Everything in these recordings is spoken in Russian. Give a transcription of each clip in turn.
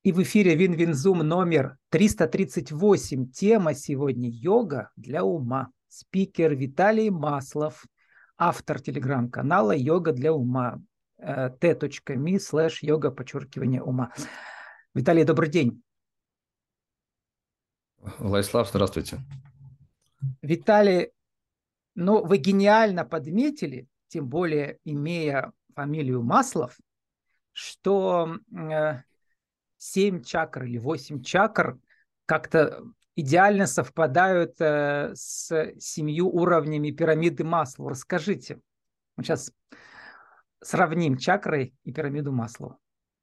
И в эфире Винвинзум номер 338. Тема сегодня – йога для ума. Спикер Виталий Маслов, автор телеграм-канала «Йога для ума» t.me/йога_ума. Виталий, добрый день. Владислав, здравствуйте. Виталий, ну вы гениально подметили, тем более имея фамилию Маслов, что 7 чакр или 8 чакр как-то идеально совпадают с 7 уровнями пирамиды Маслоу. Расскажите. Мы сейчас сравним чакры и пирамиду Маслоу.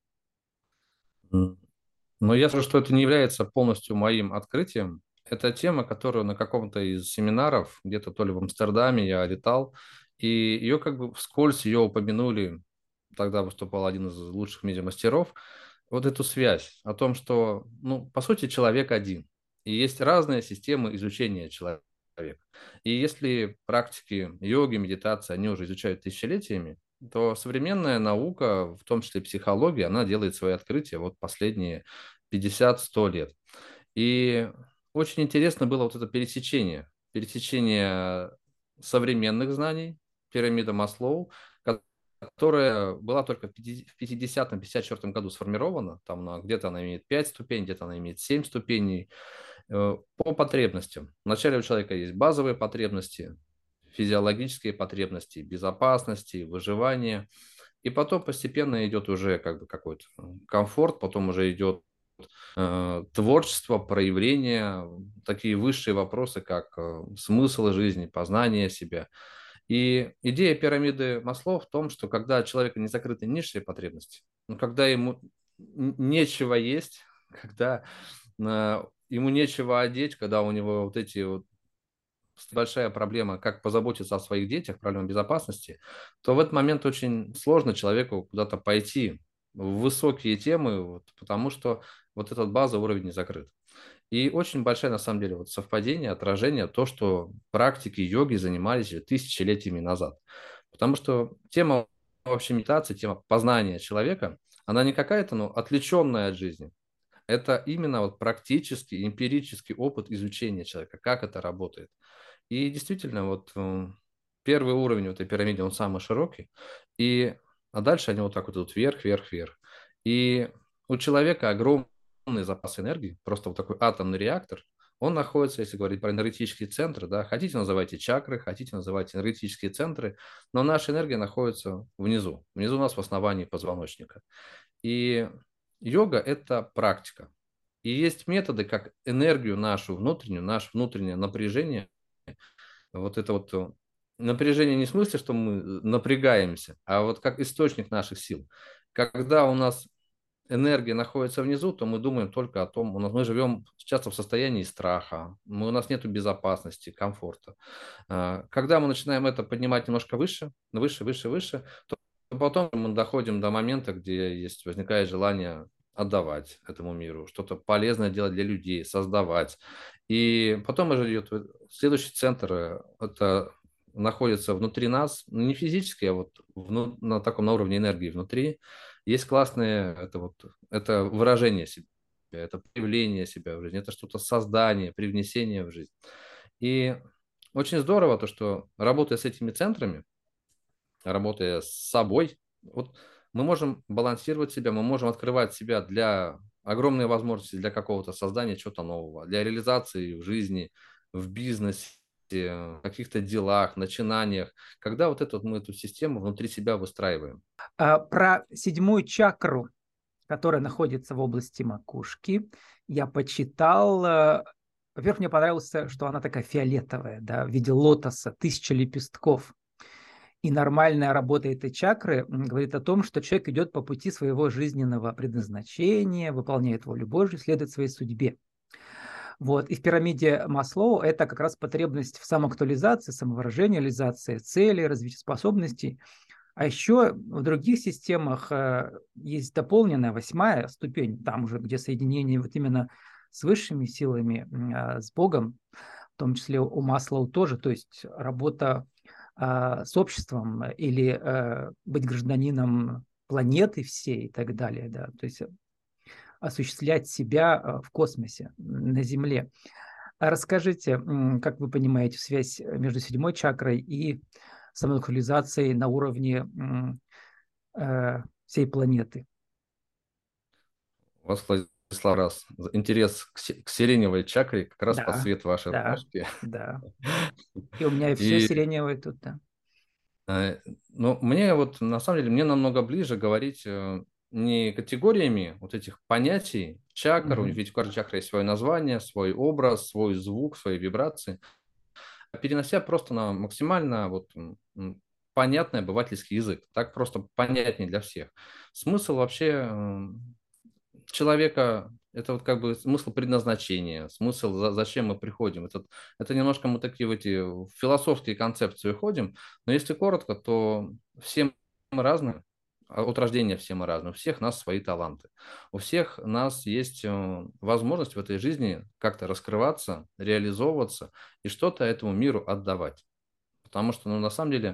Но я скажу, что это не является полностью моим открытием. Это тема, которую на каком-то из семинаров, где-то то ли в Амстердаме я летал, и ее как бы вскользь ее упомянули, тогда выступал один из лучших медиамастеров, вот эту связь о том, что, ну, по сути, человек один, и есть разные системы изучения человека. И если практики йоги, медитации, они уже изучают тысячелетиями, то современная наука, в том числе психология, она делает свои открытия вот последние 50-100 лет. И очень интересно было вот это пересечение современных знаний, пирамида Маслоу, которая была только в 50-54 году сформирована, там где-то она имеет 5 ступеней, где-то она имеет 7 ступеней, по потребностям. Вначале у человека есть базовые потребности, физиологические потребности, безопасности, выживания, и потом постепенно идет уже как бы какой-то комфорт, потом уже идет творчество, проявление, такие высшие вопросы, как смысл жизни, познание себя. И идея пирамиды Маслоу в том, что когда человека не закрыты низшие потребности, но когда ему нечего есть, когда ему нечего одеть, когда у него вот эти вот большая проблема, как позаботиться о своих детях, проблема безопасности, то в этот момент очень сложно человеку куда-то пойти в высокие темы, вот, потому что вот этот базовый уровень не закрыт. И очень большое, на самом деле, вот совпадение, отражение, то, что практики йоги занимались тысячелетиями назад. Потому что тема вообще медитации, тема познания человека, она не какая-то, ну, отвлеченная от жизни. Это именно вот практический, эмпирический опыт изучения человека, как это работает. И действительно, вот первый уровень в этой пирамиде, он самый широкий, а дальше они вот так вот идут вверх, вверх, вверх. И у человека огромный запас энергии, просто вот такой атомный реактор, он находится, если говорить про энергетические центры, да, хотите называйте чакры, хотите называйте энергетические центры, но наша энергия находится внизу. Внизу у нас в основании позвоночника. И йога – это практика. И есть методы, как энергию нашу внутреннюю, наше внутреннее напряжение, вот это вот напряжение не в смысле, что мы напрягаемся, а вот как источник наших сил. Когда у нас энергия находится внизу, то мы думаем только о том, мы живем часто в состоянии страха, у нас нет безопасности, комфорта. Когда мы начинаем это поднимать немножко выше, выше, выше, выше, то потом мы доходим до момента, где возникает желание отдавать этому миру, что-то полезное делать для людей, создавать. И потом уже идет следующий центр, это находится внутри нас, ну, не физически, а вот на таком на уровне энергии внутри. Есть классные, это выражение себя, это проявление себя в жизни, это что-то создание, привнесение в жизнь. И очень здорово то, что работая с этими центрами, работая с собой, вот мы можем балансировать себя, мы можем открывать себя для огромной возможности для какого-то создания чего-то нового, для реализации в жизни, в бизнесе, в каких-то делах, начинаниях, когда мы эту систему внутри себя выстраиваем. Про 7 чакру, которая находится в области макушки, я почитал. Во-первых, мне понравилось, что она такая фиолетовая, да, в виде лотоса, 1000 лепестков. И нормальная работа этой чакры говорит о том, что человек идет по пути своего жизненного предназначения, выполняет волю Божью, следует своей судьбе. Вот. И в пирамиде Маслоу это как раз потребность в самоактуализации, самовыражении, реализации целей, развитии способностей. А еще в других системах есть дополненная 8 ступень, там уже где соединение вот именно с высшими силами, с Богом, в том числе у Маслоу тоже, то есть работа с обществом или быть гражданином планеты всей и так далее. Да. То есть осуществлять себя в космосе, на Земле. А расскажите, как вы понимаете связь между седьмой чакрой и самолокализацией на уровне всей планеты? У вас, Владислав, раз интерес к сиреневой чакре как раз под Да, цвет вашей да, рубашки. да. И у меня все И сиреневое тут, да. ну, мне вот, на самом деле, мне намного ближе говорить не категориями вот этих понятий чакр, Мгм. ведь у каждой чакры есть свое название, свой образ, свой звук, свои вибрации, а перенося просто на максимально вот понятный обывательский язык, так просто понятнее для всех. Смысл вообще человека, это вот как бы смысл предназначения, смысл, зачем мы приходим. Это немножко мы такие в эти философские концепции уходим, но если коротко, то все мы разные, от рождения все мы разные, у всех нас свои таланты, у всех нас есть возможность в этой жизни как-то раскрываться, реализовываться и что-то этому миру отдавать. Потому что, ну, на самом деле,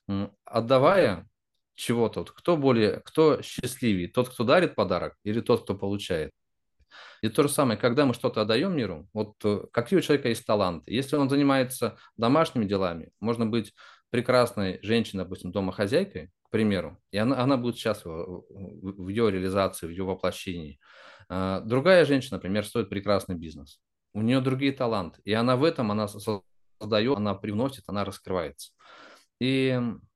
отдавая чего-то, вот кто счастливее, тот, кто дарит подарок или тот, кто получает? И то же самое, когда мы что-то отдаем миру, вот какие у человека есть таланты. Если он занимается домашними делами, можно быть прекрасной женщиной, допустим, домохозяйкой, к примеру, и она будет счастлива в ее реализации, в ее воплощении. Другая женщина, например, строит прекрасный бизнес. У нее другие таланты, и она в этом, она создает, она привносит, она раскрывается. И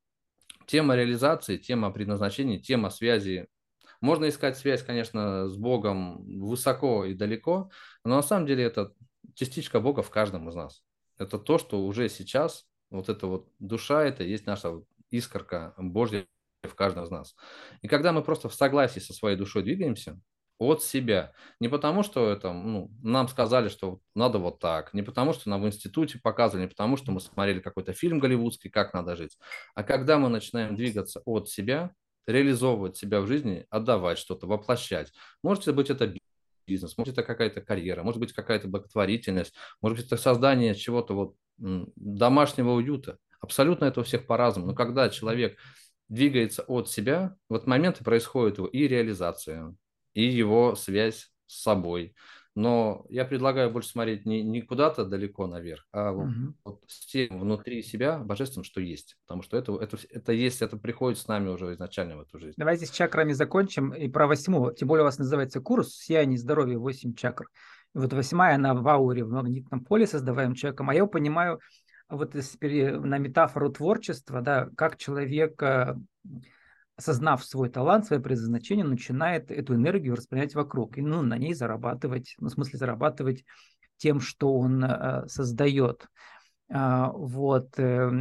тема реализации, тема предназначения, тема связи. Можно искать связь, конечно, с Богом высоко и далеко, но на самом деле это частичка Бога в каждом из нас. Это то, что уже сейчас, вот эта вот душа, это есть наша вот искорка Божья в каждом из нас. И когда мы просто в согласии со своей душой двигаемся, от себя. Не потому, что это, ну, нам сказали, что надо вот так, не потому, что нам в институте показывали, не потому, что мы смотрели какой-то фильм голливудский, как надо жить, а когда мы начинаем двигаться от себя, реализовывать себя в жизни, отдавать что-то, воплощать. Может быть, это бизнес, может, это какая-то карьера, может быть, какая-то благотворительность, может быть, это создание чего-то вот домашнего уюта. Абсолютно это у всех по-разному. Но когда человек двигается от себя, в этот момент и происходит его и реализация, и его связь с собой. Но я предлагаю больше смотреть не куда-то далеко наверх, а Мгм. вот с тем внутри себя божественным, что есть. Потому что это есть, это приходит с нами уже изначально в эту жизнь. Давайте с чакрами закончим. И про восьмую. Тем более у вас называется курс «Сияние здоровья 8 чакр». И вот восьмая, она в ауре, в магнитном поле, создаваем человеком. А я понимаю, вот на метафору творчества, да, как человек, осознав свой талант, свое предназначение, начинает эту энергию распределять вокруг. И ну, на ней зарабатывать, ну, в смысле зарабатывать тем, что он создает. Вот.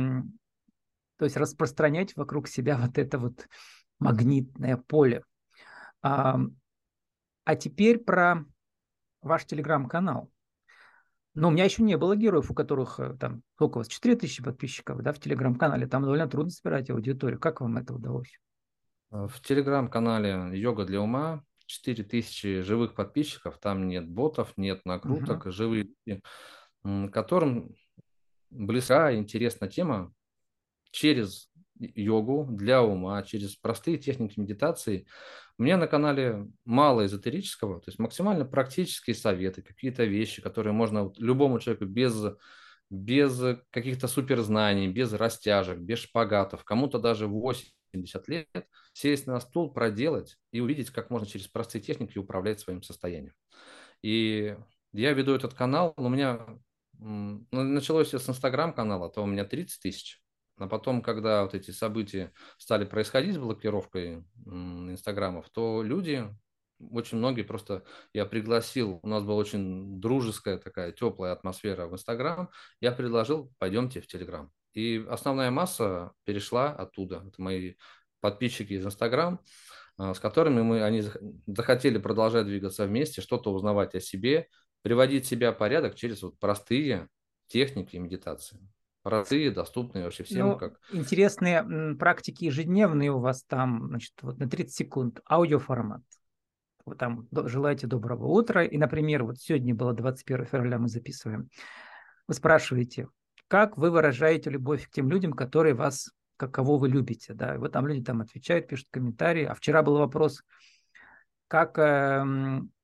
То есть распространять вокруг себя вот это вот магнитное поле. А, а теперь про ваш телеграм-канал. Но у меня еще не было героев, у которых там, сколько у вас, 4000 подписчиков, да, в телеграм-канале. Там довольно трудно собирать аудиторию. Как вам это удалось? В телеграм-канале «Йога для ума» 4000 живых подписчиков, там нет ботов, нет Мгм. накруток, живые люди, которым близка и интересна тема через йогу для ума, через простые техники медитации. У меня на канале мало эзотерического, то есть максимально практические советы, какие-то вещи, которые можно вот любому человеку без каких-то суперзнаний, без растяжек, без шпагатов, кому-то даже 80 лет, сесть на стул, проделать и увидеть, как можно через простые техники управлять своим состоянием. И я веду этот канал, но у меня началось все с инстаграм-канала, то у меня 30 тысяч. А потом, когда вот эти события стали происходить с блокировкой инстаграмов, то люди, очень многие просто, я пригласил, у нас была очень дружеская такая теплая атмосфера в инстаграм, я предложил, пойдемте в телеграм. И основная масса перешла оттуда. Это мои подписчики из инстаграм, с которыми они захотели продолжать двигаться вместе, что-то узнавать о себе, приводить себя в порядок через вот простые техники медитации. Простые, доступные вообще всем, Ну, как интересные практики ежедневные у вас там, значит, вот на 30 секунд аудиоформат. Вы там желаете доброго утра. И, например, вот сегодня было 21 февраля, мы записываем. Вы спрашиваете, как вы выражаете любовь к тем людям, которые вас, кого вы любите, да, и вот там люди там отвечают, пишут комментарии. А вчера был вопрос, как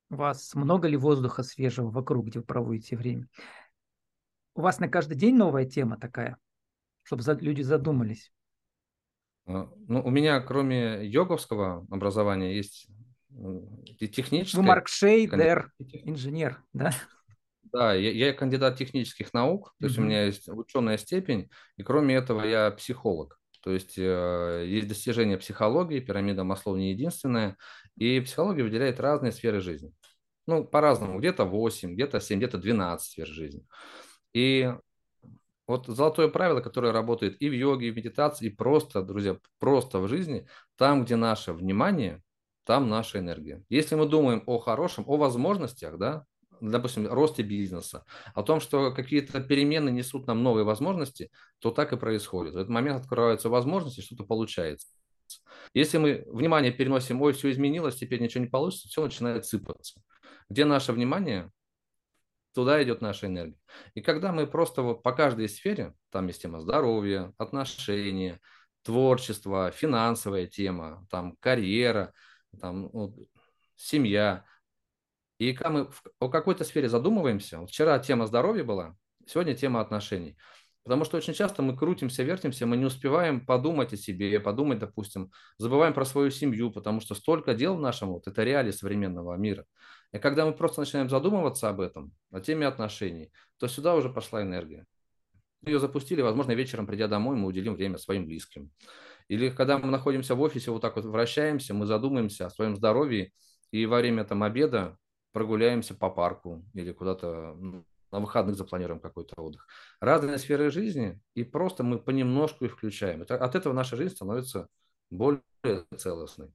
У вас много ли воздуха свежего вокруг, где вы проводите время? У вас на каждый день новая тема такая, чтобы люди задумались? Ну, у меня, кроме йоговского образования, есть и Вы техническое. Марк Шейдер, инженер, да? Да, я кандидат технических наук, то есть у Мгм. меня есть ученая степень, и кроме этого я психолог. То есть есть достижения психологии, пирамида Маслоу не единственная, и психология выделяет разные сферы жизни. Ну, по-разному, где-то 8, где-то 7, где-то 12 сфер жизни. И вот золотое правило, которое работает и в йоге, и в медитации, и просто, друзья, просто в жизни, там, где наше внимание, там наша энергия. Если мы думаем о хорошем, о возможностях, да, допустим, росте бизнеса, о том, что какие-то перемены несут нам новые возможности, то так и происходит. В этот момент открываются возможности, что-то получается. Если мы внимание переносим, ой, все изменилось, теперь ничего не получится, все начинает сыпаться. Где наше внимание, туда идет наша энергия. И когда мы просто вот по каждой сфере, там есть тема здоровья, отношения, творчество, финансовая тема, там карьера, там вот, семья. И когда мы о какой-то сфере задумываемся, вот вчера тема здоровья была, сегодня тема отношений. Потому что очень часто мы крутимся, вертимся, мы не успеваем подумать о себе, подумать, допустим, забываем про свою семью, потому что столько дел в нашем, вот это реалии современного мира. И когда мы просто начинаем задумываться об этом, о теме отношений, то сюда уже пошла энергия. Ее запустили, возможно, вечером, придя домой, мы уделим время своим близким. Или когда мы находимся в офисе, вот так вот вращаемся, мы задумаемся о своем здоровье, и во время там обеда прогуляемся по парку или куда-то на выходных запланируем какой-то отдых. Разные сферы жизни, и просто мы понемножку их включаем. От этого наша жизнь становится более целостной.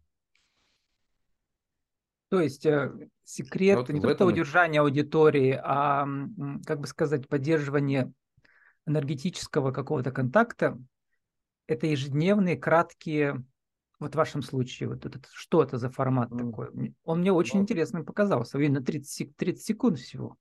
То есть секрет Вот не в только этом удержания аудитории, а, как бы сказать, поддерживание энергетического какого-то контакта. Это ежедневные, краткие, вот в вашем случае, вот этот, что это за формат м, такой? Он мне очень ну, интересным показался. Видно, 30 секунд всего.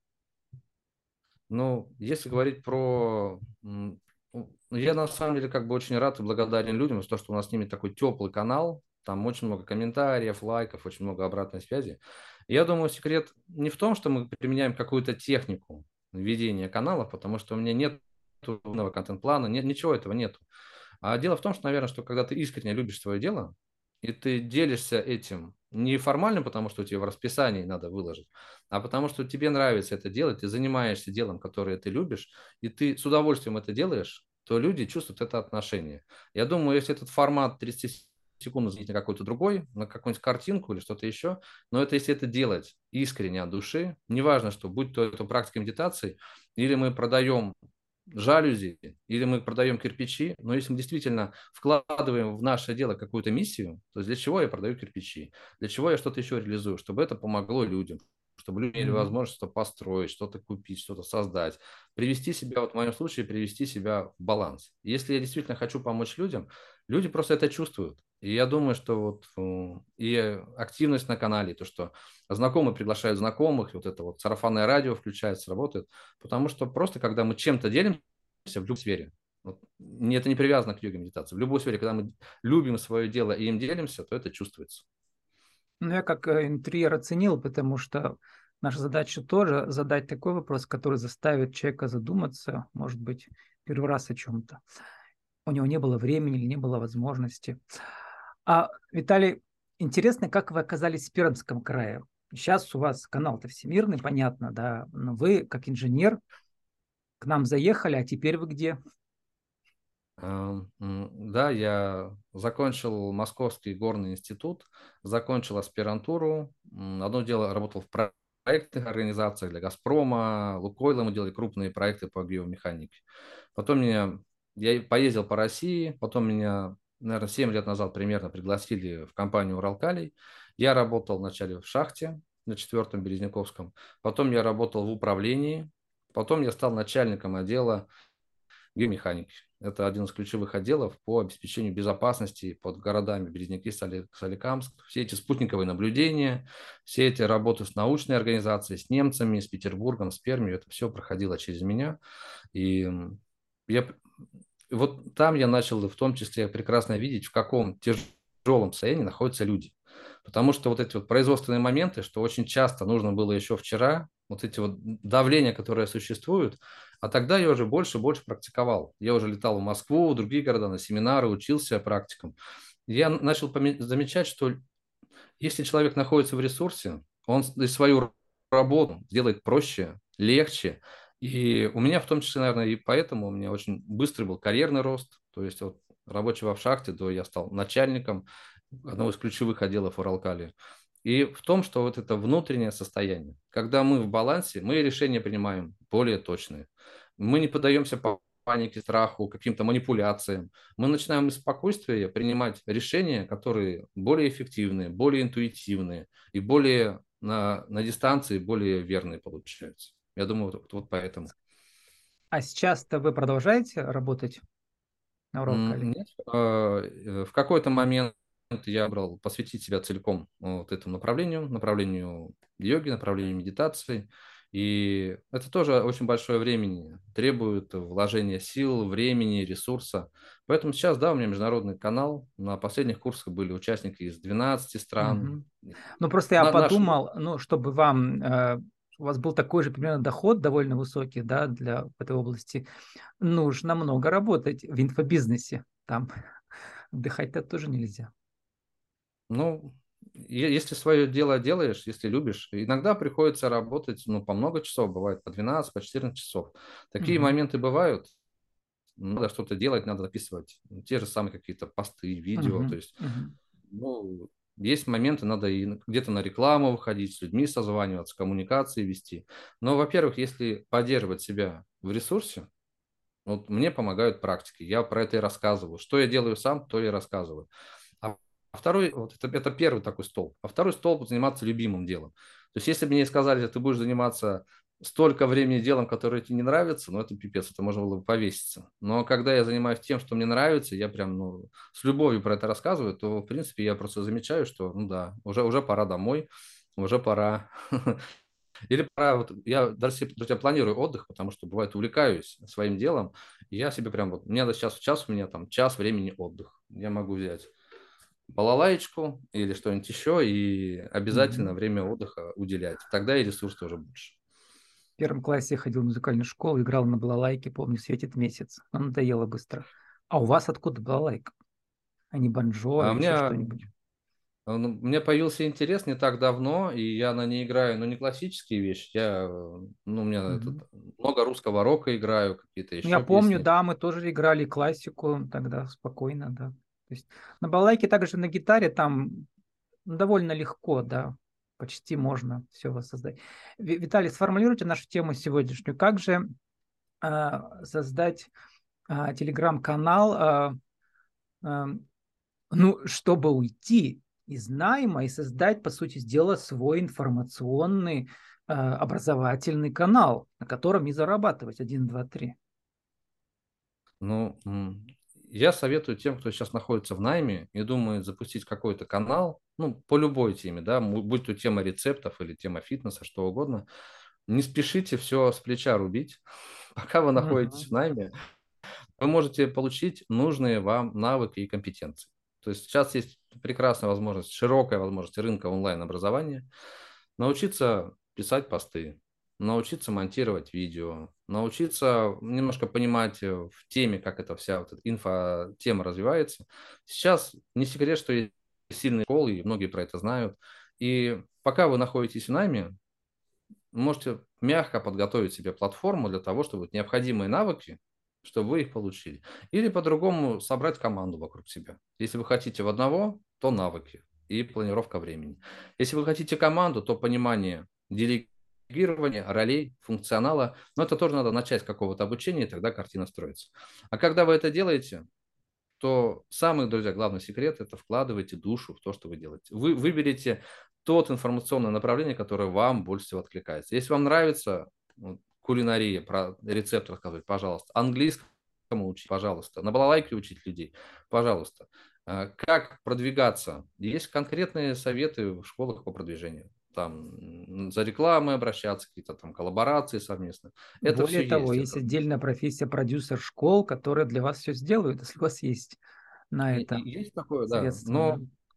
Ну, если говорить про... ну, я на самом деле как бы очень рад и благодарен людям за то, что у нас с ними такой теплый канал. Там очень много комментариев, лайков, очень много обратной связи. Я думаю, секрет не в том, что мы применяем какую-то технику ведения канала, потому что у меня нет умного контент-плана, нет, ничего этого нет. А дело в том, что, наверное, что когда ты искренне любишь свое дело, и ты делишься этим не формально, потому что тебе в расписании надо выложить, а потому что тебе нравится это делать, ты занимаешься делом, которое ты любишь, и ты с удовольствием это делаешь, то люди чувствуют это отношение. Я думаю, если этот формат 30 секунд заменить на какой-то другой, на какую-нибудь картинку или что-то еще, но это если это делать искренне от души, неважно, что будь то это практика медитации, или мы продаем жалюзи, или мы продаем кирпичи, но если мы действительно вкладываем в наше дело какую-то миссию, то для чего я продаю кирпичи? Для чего я что-то еще реализую? Чтобы это помогло людям, чтобы люди имели Мгм. возможность что-то построить, что-то купить, что-то создать, привести себя, вот в моем случае, привести себя в баланс. Если я действительно хочу помочь людям, люди просто это чувствуют. И я думаю, что вот и активность на канале, то, что знакомые приглашают знакомых, и вот это вот сарафанное радио включается, работает, потому что просто когда мы чем-то делимся в любой сфере, вот, это не привязано к йоге медитации, в любой сфере, когда мы любим свое дело и им делимся, то это чувствуется. Ну, я как интерьер оценил, потому что наша задача тоже задать такой вопрос, который заставит человека задуматься, может быть, первый раз о чем-то. У него не было времени или не было возможности. А, Виталий, интересно, как вы оказались в Пермском крае? Сейчас у вас канал-то всемирный, понятно, да, но вы, как инженер, к нам заехали, а теперь вы где? Да, я закончил Московский горный институт, закончил аспирантуру. Одно дело, работал в проектных организациях для «Газпрома», «Лукойла», мы делали крупные проекты по биомеханике. Потом я поездил по России, потом меня, наверное, 7 лет назад примерно пригласили в компанию «Уралкалий». Я работал вначале в шахте на 4-м Березняковском, потом я работал в управлении, потом я стал начальником отдела биомеханики. Это один из ключевых отделов по обеспечению безопасности под городами Березники, Соликамск. Все эти спутниковые наблюдения, все эти работы с научной организацией, с немцами, с Петербургом, с Пермью, это все проходило через меня. И я, вот там я начал в том числе прекрасно видеть, в каком тяжелом состоянии находятся люди. Потому что вот эти вот производственные моменты, что очень часто нужно было еще вчера, вот эти вот давления, которые существуют, а тогда я уже больше и больше практиковал. Я уже летал в Москву, в другие города на семинары, учился практикам. Я начал замечать, что если человек находится в ресурсе, он и свою работу делает проще, легче. И у меня в том числе, наверное, и поэтому у меня очень быстрый был карьерный рост. То есть вот рабочего в шахте, то я стал начальником одного из ключевых отделов Уралкали. И в том, что вот это внутреннее состояние. Когда мы в балансе, мы решения принимаем более точные. Мы не поддаемся панике, страху, каким-то манипуляциям. Мы начинаем из спокойствия принимать решения, которые более эффективные, более интуитивные и более на дистанции более верные получаются. Я думаю, вот поэтому. А сейчас-то вы продолжаете работать на Уралкале? Нет, в какой-то момент я брал посвятить себя целиком вот этому направлению йоги, направлению медитации. И это тоже очень большое времени, требует вложения сил, времени, ресурса. Поэтому сейчас, да, у меня международный канал. На последних курсах были участники из 12 стран. Мгм. Ну, просто я Наш, подумал, ну, чтобы вам, у вас был такой же примерно доход довольно высокий, да, для в этой области, нужно много работать в инфобизнесе. Там отдыхать-то тоже нельзя. ну, если свое дело делаешь, если любишь, иногда приходится работать, ну, по много часов, бывает по 12, по 14 часов. Такие Мгм. моменты бывают. Надо что-то делать, надо записывать те же самые какие-то посты, видео. То Мгм. есть, Мгм. ну, есть моменты, надо и где-то на рекламу выходить, с людьми созваниваться, коммуникации вести. Но, во-первых, если поддерживать себя в ресурсе, вот мне помогают практики. Я про это и рассказываю. Что я делаю сам, то и рассказываю. А второй, вот это первый такой столб. А второй столб – заниматься любимым делом. То есть, если бы мне сказали, что ты будешь заниматься столько времени делом, которое тебе не нравится, ну, это пипец, это можно было бы повеситься. Но когда я занимаюсь тем, что мне нравится, я прям, ну, с любовью про это рассказываю, то, в принципе, я просто замечаю, что, ну да, уже пора домой, уже пора. Или пора, вот я даже себе, друзья, планирую отдых, потому что бывает увлекаюсь своим делом, и я себе прям вот, мне сейчас в час, у меня там час времени отдых. Я могу взять балалаечку или что-нибудь еще, и обязательно Мгм. время отдыха уделять. Тогда и ресурс тоже больше. В первом классе я ходил в музыкальную школу, играл на балалайке, помню, светит месяц. Но надоело быстро. А у вас откуда балалайка? А не банджо А или у еще меня, что-нибудь? ну, мне появился интерес не так давно, и я на ней играю, но не классические вещи. Ну, у меня Мгм. много русского рока играю, какие-то Ну, я еще помню, песни. да, мы тоже играли классику тогда спокойно, да. То есть на балалайке также на гитаре там довольно легко, да, почти можно все воссоздать. Виталий, сформулируйте нашу тему сегодняшнюю. Как же создать телеграм-канал, а, ну, чтобы уйти из найма и создать, по сути дела, свой информационный образовательный канал, на котором и зарабатывать один, два, три. Ну, я советую тем, кто сейчас находится в найме и думает запустить какой-то канал, ну, по любой теме, да, будь то тема рецептов или тема фитнеса, что угодно, не спешите все с плеча рубить. Пока вы находитесь в Мгм. найме, вы можете получить нужные вам навыки и компетенции. То есть сейчас есть прекрасная возможность, широкая возможность рынка онлайн-образования, научиться писать посты, научиться монтировать видео, научиться немножко понимать в теме, как эта вся вот эта инфотема развивается. Сейчас не секрет, что есть сильные школы, и многие про это знают. И пока вы находитесь в найме, можете мягко подготовить себе платформу для того, чтобы необходимые навыки, чтобы вы их получили. Или по-другому собрать команду вокруг себя. Если вы хотите в одного, то навыки и планировка времени. Если вы хотите команду, то понимание делегирования ролей, функционала. Но это тоже надо начать с какого-то обучения, и тогда картина строится. А когда вы это делаете, то самый, друзья, главный секрет – это вкладывайте душу в то, что вы делаете. Вы выберете тот информационное направление, которое вам больше всего откликается. Если вам нравится кулинария, про рецепт рассказывать, пожалуйста. Английскому учить, пожалуйста. На балалайке учить людей, пожалуйста. Как продвигаться? Есть конкретные советы в школах по продвижению. Там за рекламой обращаться, какие-то там коллаборации совместно. Это Более все того, есть. есть Это отдельная профессия продюсер школ, которые для вас все сделают, если у вас есть на это есть такое, да. средства, да. Но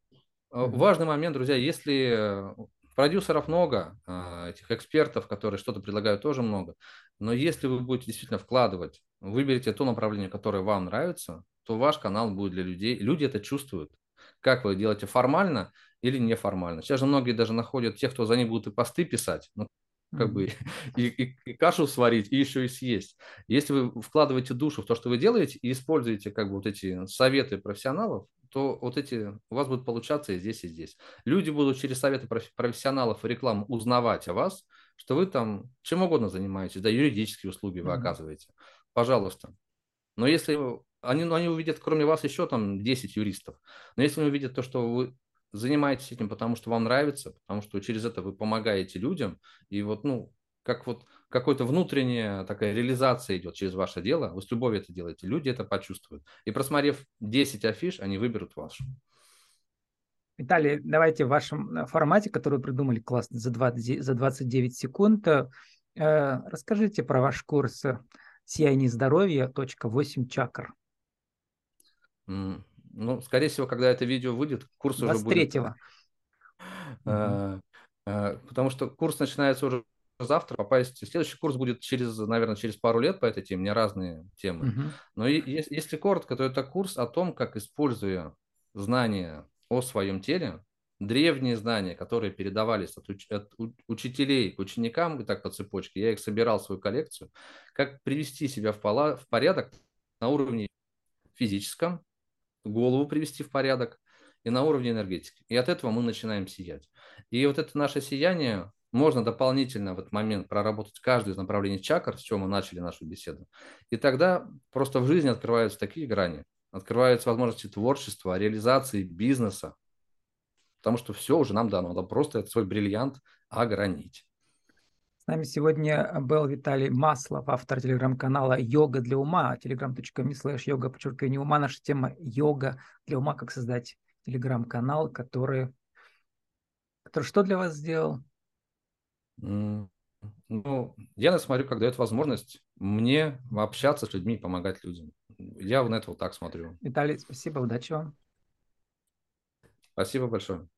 Мгм. Важный момент, друзья, если продюсеров много, этих экспертов, которые что-то предлагают, тоже много, но если вы будете действительно вкладывать, выберите то направление, которое вам нравится, то ваш канал будет для людей. Люди это чувствуют. Как вы делаете, формально или неформально. Сейчас же многие даже находят тех, кто за них будут и посты писать, ну, как бы Мгм. и кашу сварить, и еще и съесть. Если вы вкладываете душу в то, что вы делаете, и используете как бы вот эти советы профессионалов, то вот эти у вас будут получаться и здесь, и здесь. Люди будут через советы профессионалов и рекламу узнавать о вас, что вы там чем угодно занимаетесь, да, юридические услуги вы Мгм. оказываете. Пожалуйста. Но если они, ну, они увидят, кроме вас, еще там 10 юристов. Но если они увидят то, что вы занимаетесь этим, потому что вам нравится, потому что через это вы помогаете людям, и вот, ну, как вот какой-то внутренняя такая реализация идет через ваше дело, вы с любовью это делаете, люди это почувствуют. И просмотрев 10 афиш, они выберут вашу. Виталий, давайте в вашем формате, который вы придумали классно за 29 секунд, расскажите про ваш курс «Сияние здоровья. 8 чакр». Ну, скорее всего, когда это видео выйдет, курс уже будет. 23-го. Мгм. Э, Потому что курс начинается уже завтра. Попасть. Следующий курс будет через, наверное, через пару лет по этой теме. У меня разные темы. Мгм. Но если коротко, то это курс о том, как, используя знания о своем теле, древние знания, которые передавались от учителей к ученикам, и так по цепочке, я их собирал в свою коллекцию, как привести себя в порядок на уровне физическом, голову привести в порядок и на уровне энергетики. И от этого мы начинаем сиять. И вот это наше сияние можно дополнительно в этот момент проработать каждое из направлений чакр, с чего мы начали нашу беседу. И тогда просто в жизни открываются такие грани, открываются возможности творчества, реализации бизнеса, потому что все уже нам дано, надо просто этот свой бриллиант огранить. С нами сегодня был Виталий Маслов, автор телеграм-канала «Йога для ума», telegram.me/йога, подчеркивание ума. Наша тема «Йога для ума», как создать телеграм-канал, который что для вас сделал? М, Ну, я смотрю, как дает возможность мне общаться с людьми, помогать людям. Я на это вот так смотрю. Виталий, спасибо, удачи вам. Спасибо большое.